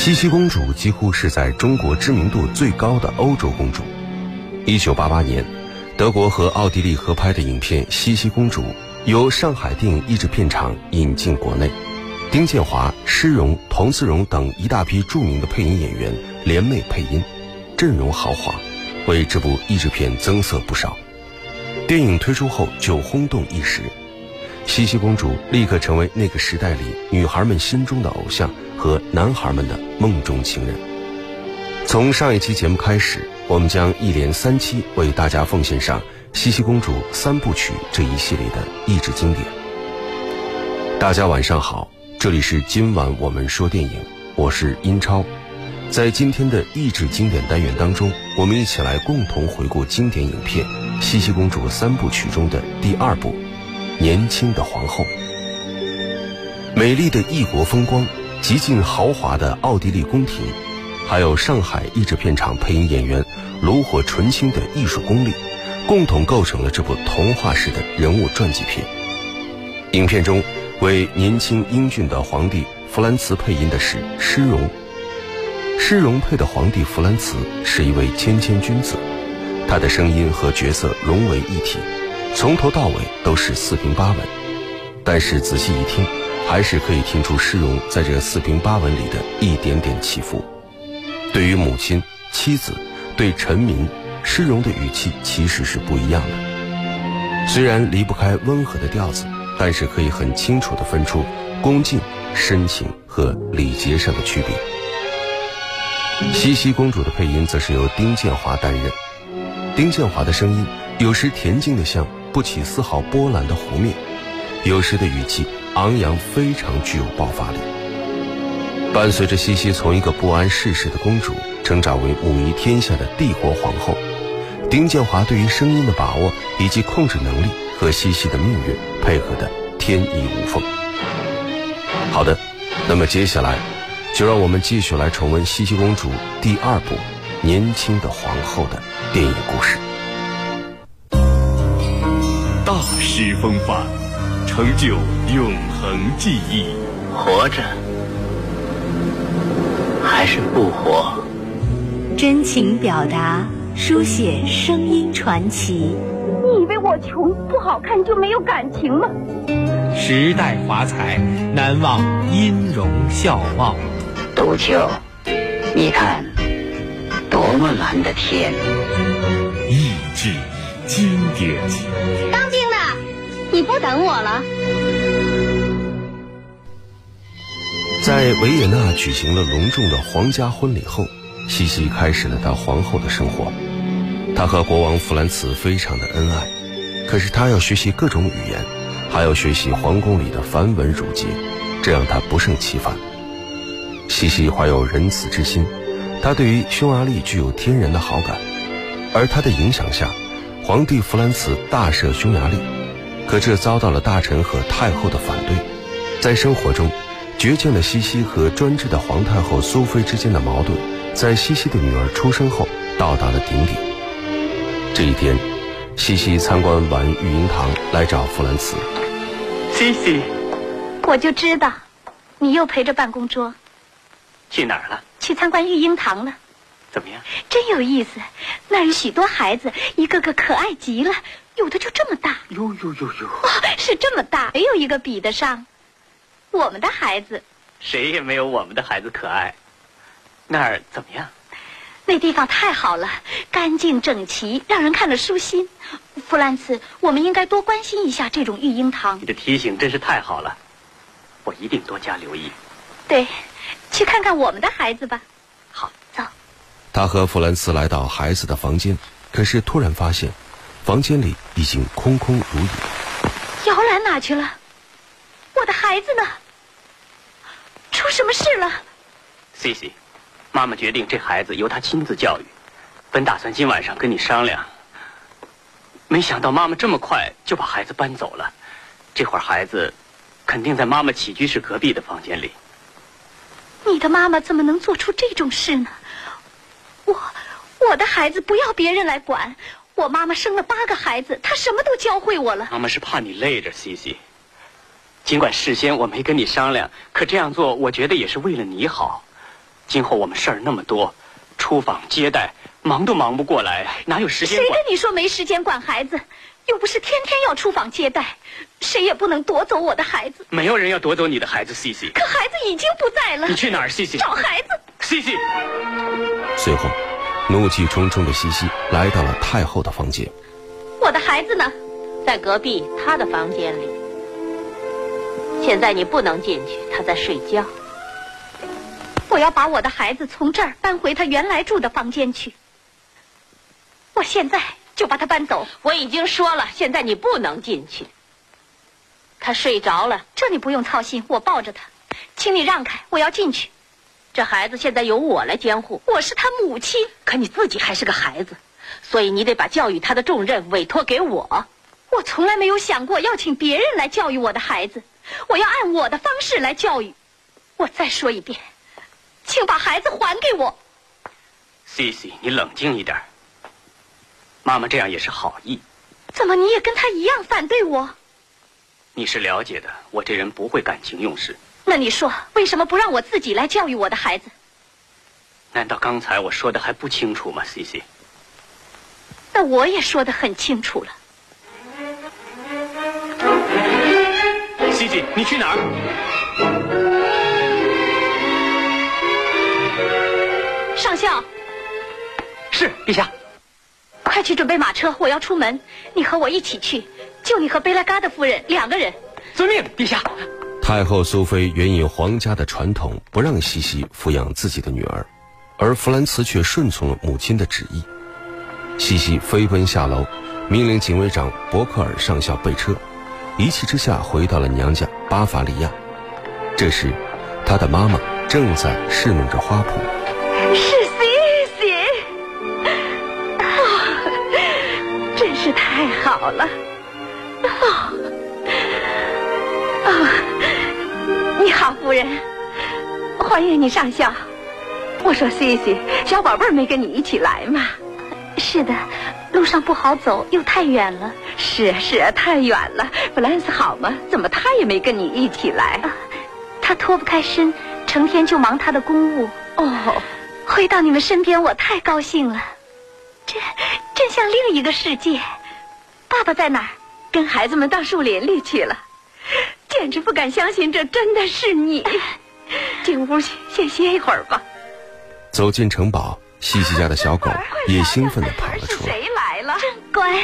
茜茜公主几乎是在中国知名度最高的欧洲公主。1988年，德国和奥地利合拍的影片《茜茜公主》由上海电影译制片厂引进国内，丁建华、施荣、童自荣等一大批著名的配音演员联袂配音，阵容豪华，为这部译制片增色不少。电影推出后就轰动一时，茜茜公主立刻成为那个时代里女孩们心中的偶像和男孩们的梦中情人。从上一期节目开始，我们将一连3期为大家奉献上茜茜公主3部曲这一系列的译制经典。大家晚上好，这里是今晚我们说电影，我是英超。在今天的译制经典单元当中，我们一起来共同回顾经典影片《茜茜公主3部曲》中的第2部《年轻的皇后》。美丽的异国风光，极尽豪华的奥地利宫廷，还有上海译制片厂配音演员炉火纯青的艺术功力，共同构成了这部童话式的人物传记片。影片中为年轻英俊的皇帝弗兰茨配音的是施荣。施荣配的皇帝弗兰茨是一位谦谦君子，他的声音和角色融为一体，从头到尾都是四平八稳，但是仔细一听，还是可以听出施荣在这四平八稳里的一点点起伏。对于母亲、妻子，对臣民，施荣的语气其实是不一样的。虽然离不开温和的调子，但是可以很清楚地分出恭敬、深情和礼节上的区别。茜茜公主的配音则是由丁建华担任。丁建华的声音有时恬静得像不起丝毫波澜的湖面，有时的语气昂扬，非常具有爆发力。伴随着茜茜从一个不谙世事的公主成长为母仪天下的帝国皇后，丁建华对于声音的把握以及控制能力和茜茜的命运配合的天衣无缝。好的，那么接下来就让我们继续来重温茜茜公主第2部《年轻的皇后》的电影故事。 大师风范，成就永恒记忆。 活着还是不活？ 真情表达，书写声音传奇。 你以为我穷不好看就没有感情吗？ 时代华彩，难忘音容笑貌。 杜秋，你看多么蓝的天。 译制经典。 当兵的，你不等我了？ 在维也纳举行了隆重的皇家婚礼后，茜茜开始了她皇后的生活。她和国王弗兰茨非常的恩爱，可是她要学习各种语言，还要学习皇宫里的繁文缛节，这让她不胜其烦。茜茜怀有仁慈之心，她对于匈牙利具有天然的好感，而她的影响下，皇帝弗兰茨大赦匈牙利，可这遭到了大臣和太后的反对。在生活中，倔强的茜茜和专制的皇太后苏菲之间的矛盾，在茜茜的女儿出生后到达了顶点。这一天，茜茜参观完育婴堂来找弗兰茨。 茜茜， 我就知道，你又陪着办公桌。 去哪儿了？ 去参观育婴堂了。 怎么样？ 真有意思，那儿有许多孩子，一个个可爱极了，有的就这么大。 哟， 是这么大，没有一个比得上我们的孩子。 谁也没有我们的孩子可爱。那儿怎么样？ 那地方太好了，干净整齐，让人看了舒心。弗兰茨，我们应该多关心一下这种育婴堂。 你的提醒真是太好了，我一定多加留意。 对，去看看我们的孩子吧。 好， 走。 他和弗兰茨来到孩子的房间，可是突然发现房间里已经空空如也。 摇篮哪去了？我的孩子呢？出什么事了？ 茜茜，妈妈决定这孩子由她亲自教育，本打算今晚上跟你商量，没想到妈妈这么快就把孩子搬走了。这会儿孩子肯定在妈妈起居室隔壁的房间里。 你的妈妈怎么能做出这种事呢？我的孩子不要别人来管，我妈妈生了8个孩子，她什么都教会我了。 妈妈是怕你累着，茜茜。尽管事先我没跟你商量，可这样做我觉得也是为了你好。 今后我们事儿那么多，出访接待，忙都忙不过来，哪有时间管？ 谁跟你说没时间管孩子？又不是天天要出访接待，谁也不能夺走我的孩子。 没有人要夺走你的孩子，西西。 可孩子已经不在了。 你去哪儿，西西？ 找孩子。 西西。 随后，怒气冲冲的西西来到了太后的房间。 我的孩子呢？ 在隔壁他的房间里。现在你不能进去，他在睡觉。 我要把我的孩子从这儿搬回他原来住的房间去。我现在就把他搬走。 我已经说了，现在你不能进去。他睡着了。 这你不用操心，我抱着他。请你让开，我要进去。 这孩子现在由我来监护。 我是他母亲。 可你自己还是个孩子，所以你得把教育他的重任委托给我。 我从来没有想过要请别人来教育我的孩子，我要按我的方式来教育。我再说一遍，请把孩子还给我。 西西，你冷静一点。妈妈这样也是好意。 怎么你也跟他一样反对我？ 你是了解的，我这人不会感情用事。 那你说，为什么不让我自己来教育我的孩子？ 难道刚才我说的还不清楚吗，西西？ 那我也说得很清楚了。 西西，你去哪儿？ 上校。 是，陛下。 快去准备马车，我要出门，你和我一起去。就你和贝拉嘎的夫人2个人。 遵命，陛下。 太后苏菲原以皇家的传统不让西西抚养自己的女儿，而弗兰茨却顺从了母亲的旨意。西西飞奔下楼，命令警卫长伯克尔上校备车，一气之下回到了娘家巴伐利亚。这时，他的妈妈正在侍弄着花圃。 是西西，真是太好了。你好，夫人，欢迎你上校。我说西西，小宝贝儿没跟你一起来吗？是的，路上不好走，又太远了。是啊，太远了。弗兰斯好吗？怎么他也没跟你一起来？他脱不开身，成天就忙他的公务。哦，回到你们身边，我太高兴了。这真像另一个世界。爸爸在哪儿？跟孩子们到树林里去了。简直不敢相信，这真的是你。进屋去，先歇一会儿吧。 走进城堡，西西家的小狗也兴奋地跑了出来。 谁来了？真乖。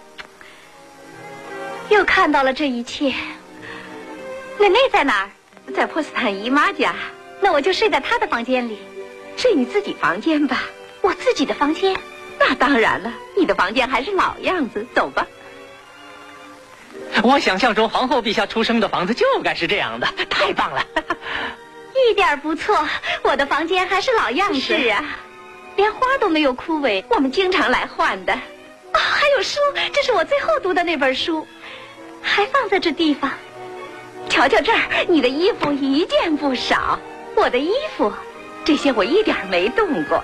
又看到了这一切。奶奶在哪儿？在波斯坦姨妈家。那我就睡在她的房间里。睡你自己房间吧。我自己的房间？那当然了，你的房间还是老样子。走吧。 我想象中皇后陛下出生的房子就该是这样的，太棒了。 一点不错，我的房间还是老样子。是啊，连花都没有枯萎，我们经常来换的。还有书，这是我最后读的那本书，还放在这地方。瞧瞧这儿，你的衣服一件不少。我的衣服，这些我一点没动过。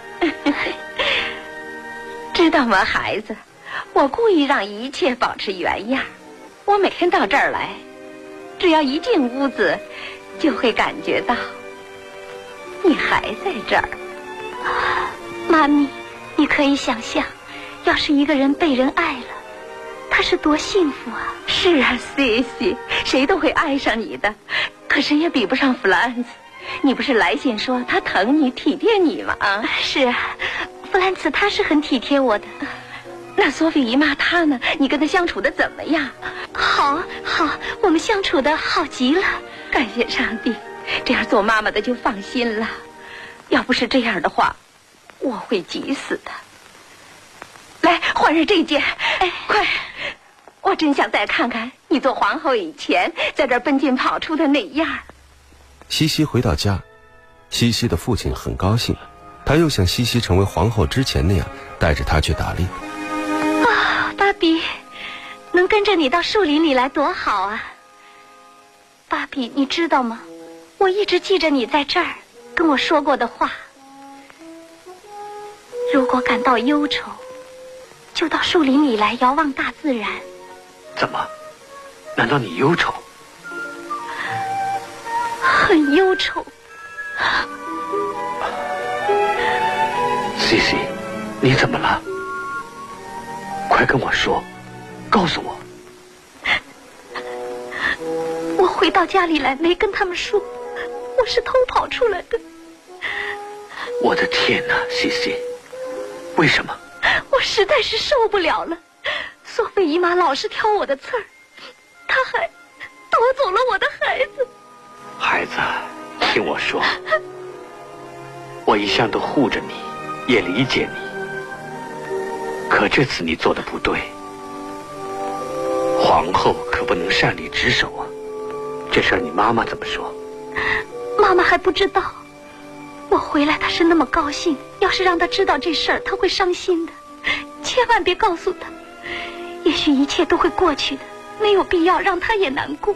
知道吗，孩子？我故意让一切保持原样。我每天到这儿来，只要一进屋子，就会感觉到你还在这儿。妈咪，你可以想象，要是一个人被人爱了，他是多幸福啊！是啊，西西，谁都会爱上你的，可谁也比不上弗兰茨。你不是来信说他疼你、体贴你吗？啊，是啊，弗兰茨他是很体贴我的。那索菲姨妈她呢？你跟她相处的怎么样？好，我们相处的好极了。感谢上帝，这样做妈妈的就放心了。要不是这样的话，我会急死的。来，换上这件。哎，快！我真想再看看你做皇后以前在这儿奔进跑出的那样。 西西回到家，西西的父亲很高兴，他又像西西成为皇后之前那样，带着她去打猎。 芭比，能跟着你到树林里来多好啊！芭比，你知道吗？我一直记着你在这儿跟我说过的话。如果感到忧愁，就到树林里来遥望大自然。 怎么？难道你忧愁？ 很忧愁。 Cici， 你怎么了？快跟我说，告诉我。 我回到家里来没跟他们说，我是偷跑出来的。 我的天哪 ，Cici， 为什么？ 我实在是受不了了。索菲姨妈老是挑我的刺儿，她还夺走了我的孩子。 孩子，听我说，我一向都护着你，也理解你。可这次你做的不对，皇后可不能擅离职守啊。这事儿你妈妈怎么说？ 妈妈还不知道。我回来她是那么高兴，要是让她知道这事儿，她会伤心的。千万别告诉她，也许一切都会过去的，没有必要让她也难过。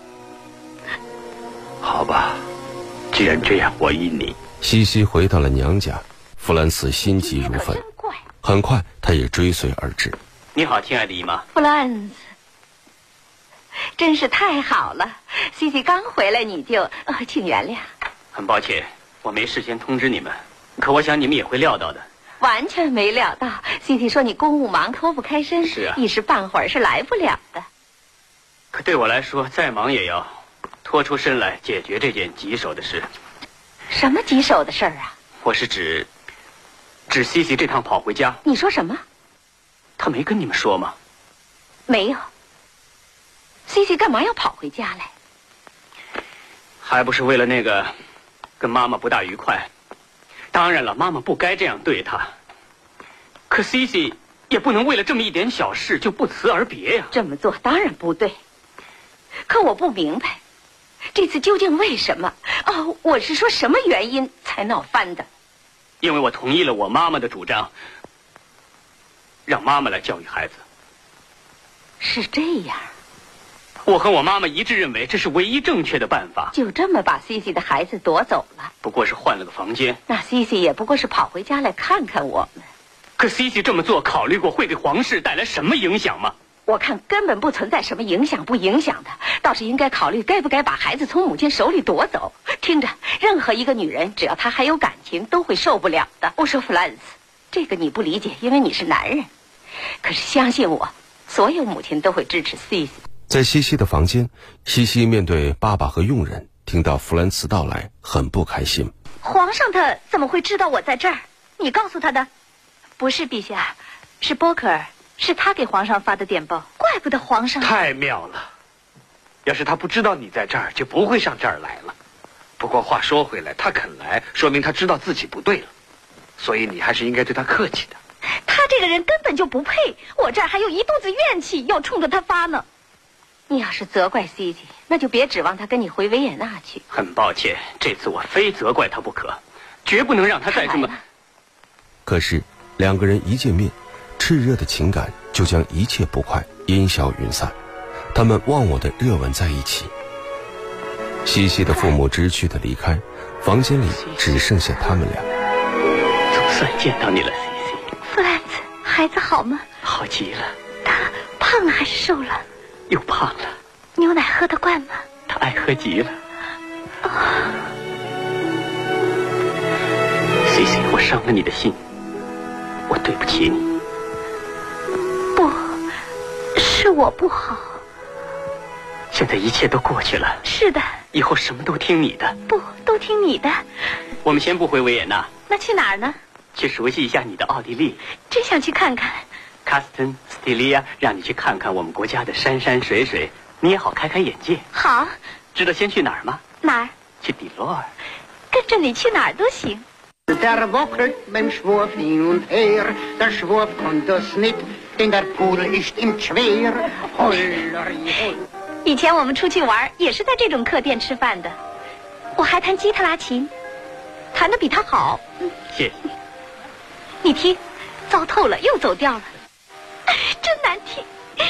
好吧，既然这样，我依你。 西西回到了娘家，弗兰茨心急如焚，很快他也追随而至。 你好，亲爱的姨妈。 弗兰茨，真是太好了！西西刚回来你就……请原谅。 很抱歉，我没事先通知你们，可我想你们也会料到的。 完全没料到，西西说你公务忙脱不开身， 是啊， 一时半会儿是来不了的。 可对我来说，再忙也要拖出身来解决这件棘手的事。 什么棘手的事儿啊？ 我是指西西这趟跑回家。 你说什么？ 他没跟你们说吗？ 没有。西西干嘛要跑回家来？ 还不是为了那个跟妈妈不大愉快。当然了，妈妈不该这样对她，可西西也不能为了这么一点小事就不辞而别呀。 这么做当然不对，可我不明白，这次究竟为什么？我是说什么原因才闹翻的？ 因为我同意了我妈妈的主张，让妈妈来教育孩子。 是这样。 我和我妈妈一致认为这是唯一正确的办法。 就这么把西西的孩子夺走了？ 不过是换了个房间。 那西西也不过是跑回家来看看我们。 可西西这么做，考虑过会给皇室带来什么影响吗？ 我看根本不存在什么影响不影响的，倒是应该考虑该不该把孩子从母亲手里夺走。听着，任何一个女人，只要她还有感情，都会受不了的。我说弗兰茨，这个你不理解，因为你是男人。可是相信我，所有母亲都会支持西西。 在西西的房间，西西面对爸爸和佣人，听到弗兰茨到来，很不开心。 皇上他怎么会知道我在这儿？你告诉他的？ 不是陛下，是波克尔，是他给皇上发的电报。 怪不得皇上…… 太妙了！要是他不知道你在这儿，就不会上这儿来了。不过话说回来，他肯来，说明他知道自己不对了，所以你还是应该对他客气的。 他这个人根本就不配，我这儿还有一肚子怨气要冲着他发呢。你要是责怪西西，那就别指望他跟你回维也纳去。 很抱歉，这次我非责怪他不可，绝不能让他再这么…… 可是两个人一见面，炽热的情感就将一切不快烟消云散，他们忘我的热吻在一起。西西的父母知趣的离开，房间里只剩下他们俩。 总算见到你了，西西。 弗兰茨，孩子好吗？ 好极了。 他胖了还是瘦了？ 又胖了。 牛奶喝得惯吗？ 他爱喝极了。西西，我伤了你的心，我对不起你。 不，是我不好。 现在一切都过去了。 是的。 以后什么都听你的。 不，都听你的。 我们先不回维也纳。 那去哪儿呢？ 去熟悉一下你的奥地利。 真想去看看。 卡斯滕、斯蒂利亚，让你去看看我们国家的山山水水，你也好开开眼界。 好。 知道先去哪儿吗？ 哪儿？ 去底洛尔。 跟着你去哪儿都行。 Der wackelt beim Schwurf hin und her, der Schwurf kann das nicht, denn der Pool ist ihm schwer. Holler. 以前我们出去玩也是在这种客店吃饭的，我还弹吉他拉琴，弹得比他好。 谢谢。 你听，糟透了，又走调了，真难听。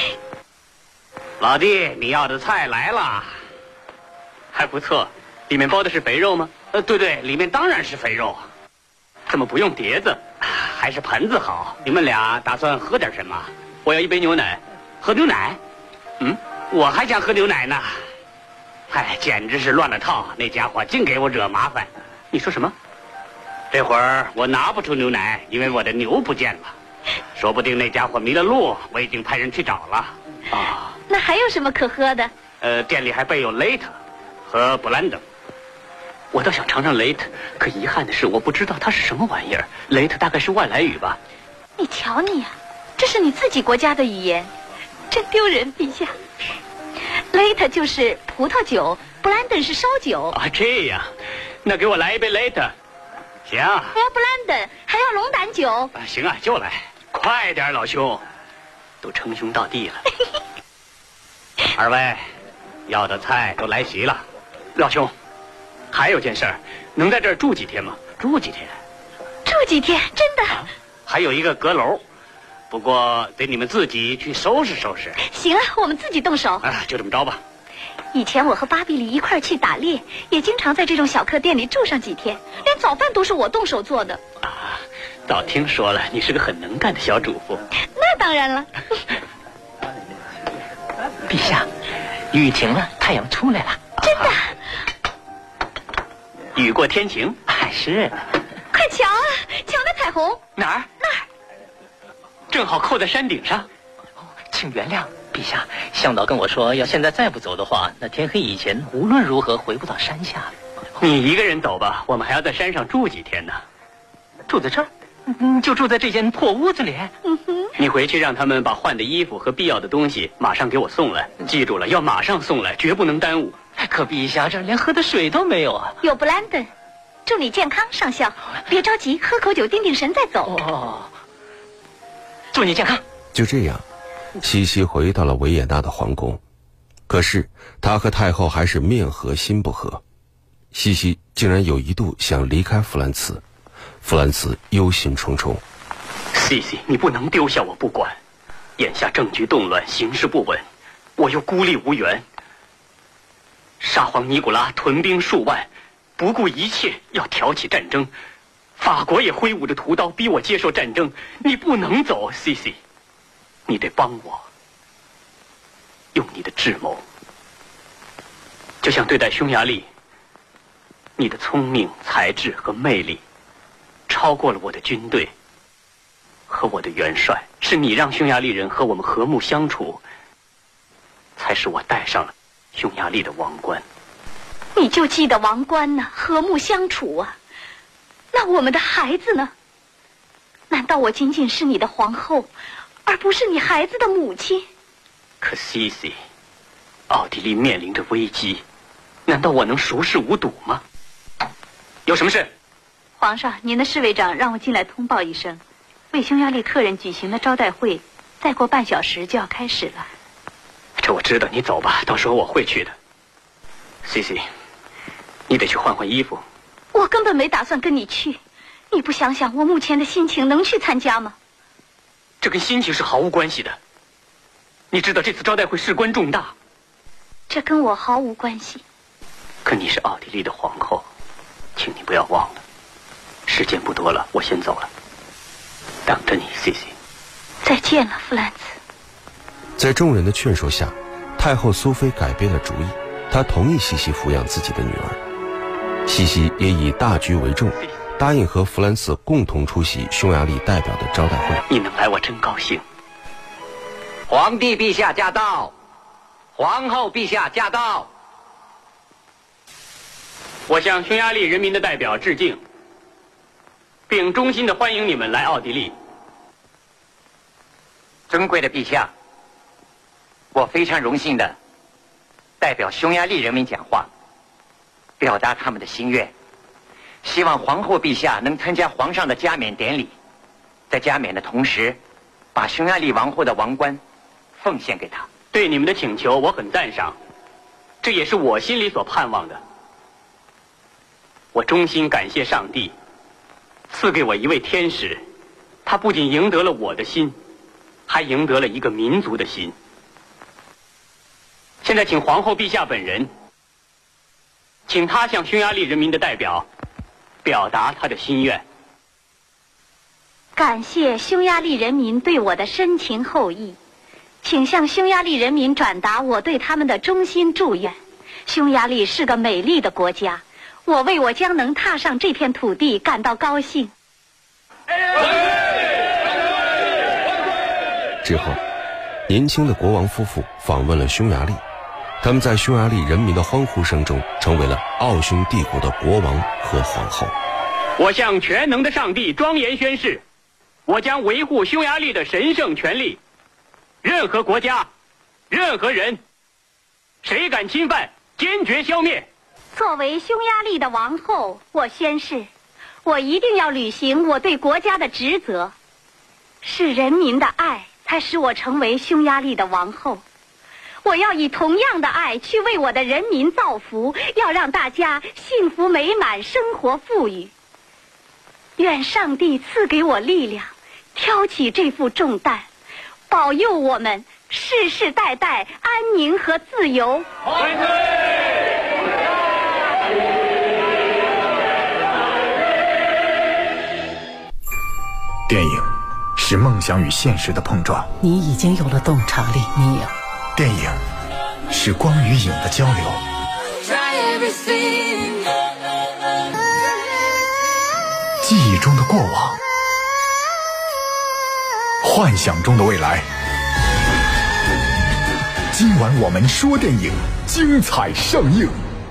老弟，你要的菜来了。 还不错，里面包的是肥肉吗？ 对，里面当然是肥肉。 怎么不用碟子？ 还是盆子好。你们俩打算喝点什么？ 我要一杯牛奶。 喝牛奶？我还想喝牛奶呢。简直是乱了套，那家伙净给我惹麻烦。 你说什么？ 这会儿我拿不出牛奶，因为我的牛不见了。说不定那家伙迷了路，我已经派人去找了。 啊，那还有什么可喝的？ 店里还备有雷特和布兰登。 我倒想尝尝雷特，可遗憾的是我不知道它是什么玩意儿。雷特大概是外来语吧？ 你瞧你呀，这是你自己国家的语言，真丢人，陛下。雷特就是葡萄酒，布兰登是烧酒。 啊，这样，那给我来一杯雷特。 行。 还要布兰登，还要龙胆酒。 行啊，就来，快点，老兄， 都称兄道弟了。 二位，要的菜都来齐了。 老兄，还有件事儿，能在这儿住几天吗？ 住几天？ 住几天？真的？ 还有一个阁楼，不过得你们自己去收拾收拾。 行啊，我们自己动手。 就这么着吧。 以前我和巴比里一块儿去打猎，也经常在这种小客店里住上几天，连早饭都是我动手做的。 啊，早听说了，你是个很能干的小主妇。 那当然了。 陛下，雨停了，太阳出来了。 真的？ 雨过天晴。 是。 快瞧啊，瞧那彩虹。 哪儿？ 那儿。 正好扣在山顶上。 请原谅，陛下，向导跟我说，要现在再不走的话，那天黑以前无论如何回不到山下。 你一个人走吧，我们还要在山上住几天呢。 住在这儿？就住在这间破屋子里。 你回去让他们把换的衣服和必要的东西马上给我送来，记住了，要马上送来，绝不能耽误。 可陛下，这连喝的水都没有啊。 有布兰登，祝你健康上校。别着急，喝口酒定定神再走。 哦，祝你健康。 就这样，西西回到了维也纳的皇宫，可是他和太后还是面和心不和。西西竟然有一度想离开弗兰茨，弗兰茨忧心忡忡。 西西，你不能丢下我不管，眼下政局动乱，形势不稳，我又孤立无援。沙皇尼古拉屯兵数万，不顾一切要挑起战争，法国也挥舞着屠刀逼我接受战争。你不能走，西西，你得帮我，用你的智谋，就像对待匈牙利，你的聪明、才智和魅力超过了我的军队和我的元帅。是你让匈牙利人和我们和睦相处，才使我戴上了匈牙利的王冠。 你就记得王冠呢，和睦相处啊。那我们的孩子呢？难道我仅仅是你的皇后，而不是你孩子的母亲？ 可西西，奥地利面临着危机，难道我能熟视无睹吗？有什么事？ 皇上，您的侍卫长让我进来通报一声，为匈牙利客人举行的招待会，再过半小时就要开始了。 这我知道，你走吧，到时候我会去的。西西，你得去换换衣服。 我根本没打算跟你去，你不想想我目前的心情能去参加吗？ 这跟心情是毫无关系的。你知道这次招待会事关重大。 这跟我毫无关系。 可你是奥地利的皇后，请你不要忘了。时间不多了，我先走了，等着你，西西。 再见了，弗兰茨。 在众人的劝说下，太后苏菲改变了主意，她同意西西抚养自己的女儿。西西也以大局为重，答应和弗兰茨共同出席匈牙利代表的招待会。 你能来，我真高兴。 皇帝陛下驾到，皇后陛下驾到。 我向匈牙利人民的代表致敬，并衷心地欢迎你们来奥地利。 尊贵的陛下，我非常荣幸的代表匈牙利人民讲话，表达他们的心愿，希望皇后陛下能参加皇上的加冕典礼，在加冕的同时，把匈牙利王后的王冠奉献给他。 对你们的请求我很赞赏，这也是我心里所盼望的。我衷心感谢上帝赐给我一位天使，他不仅赢得了我的心，还赢得了一个民族的心。现在请皇后陛下本人，请她向匈牙利人民的代表表达她的心愿。 感谢匈牙利人民对我的深情厚谊，请向匈牙利人民转达我对他们的衷心祝愿。匈牙利是个美丽的国家， 我为我将能踏上这片土地感到高兴。 之后，年轻的国王夫妇访问了匈牙利，他们在匈牙利人民的欢呼声中，成为了奥匈帝国的国王和皇后。 我向全能的上帝庄严宣誓，我将维护匈牙利的神圣权利。任何国家、任何人，谁敢侵犯，坚决消灭。 作为匈牙利的王后，我宣誓，我一定要履行我对国家的职责。是人民的爱才使我成为匈牙利的王后。我要以同样的爱去为我的人民造福，要让大家幸福美满，生活富裕。愿上帝赐给我力量，挑起这副重担，保佑我们世世代代安宁和自由。 电影是梦想与现实的碰撞。 你已经有了洞察力，你有。 电影是光与影的交流。记忆中的过往，幻想中的未来。今晚我们说电影，精彩上映。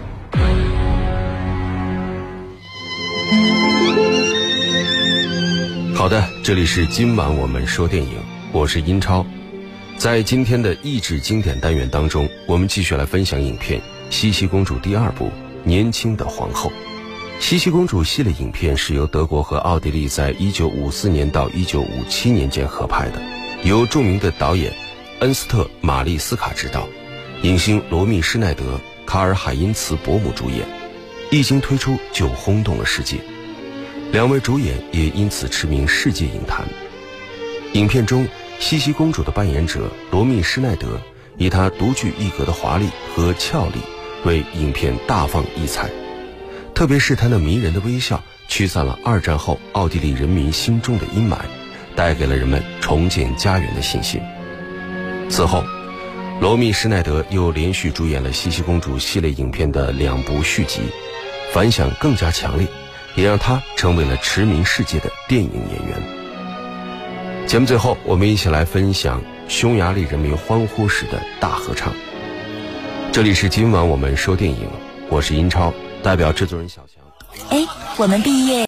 好的，这里是今晚我们说电影，我是英超。在今天的益智经典单元当中，我们继续来分享影片《茜茜公主》第二部《年轻的皇后》。茜茜公主系列影片是由德国和奥地利在1954年到1957年间合拍的，由著名的导演恩斯特·玛丽斯卡执导，影星罗密·施耐德、卡尔·海因茨伯姆主演，一经推出就轰动了世界，两位主演也因此驰名世界影坛。影片中，茜茜公主的扮演者罗密·施耐德以她独具一格的华丽和俏丽为影片大放异彩，特别是她那迷人的微笑驱散了二战后奥地利人民心中的阴霾，带给了人们重建家园的信心。此后，罗密·施耐德又连续主演了茜茜公主系列影片的2部续集，反响更加强烈，也让她成为了驰名世界的电影演员。节目最后，我们一起来分享匈牙利人民欢呼时的大合唱。这里是今晚我们说电影，我是英超，代表制作人小强。 我们毕业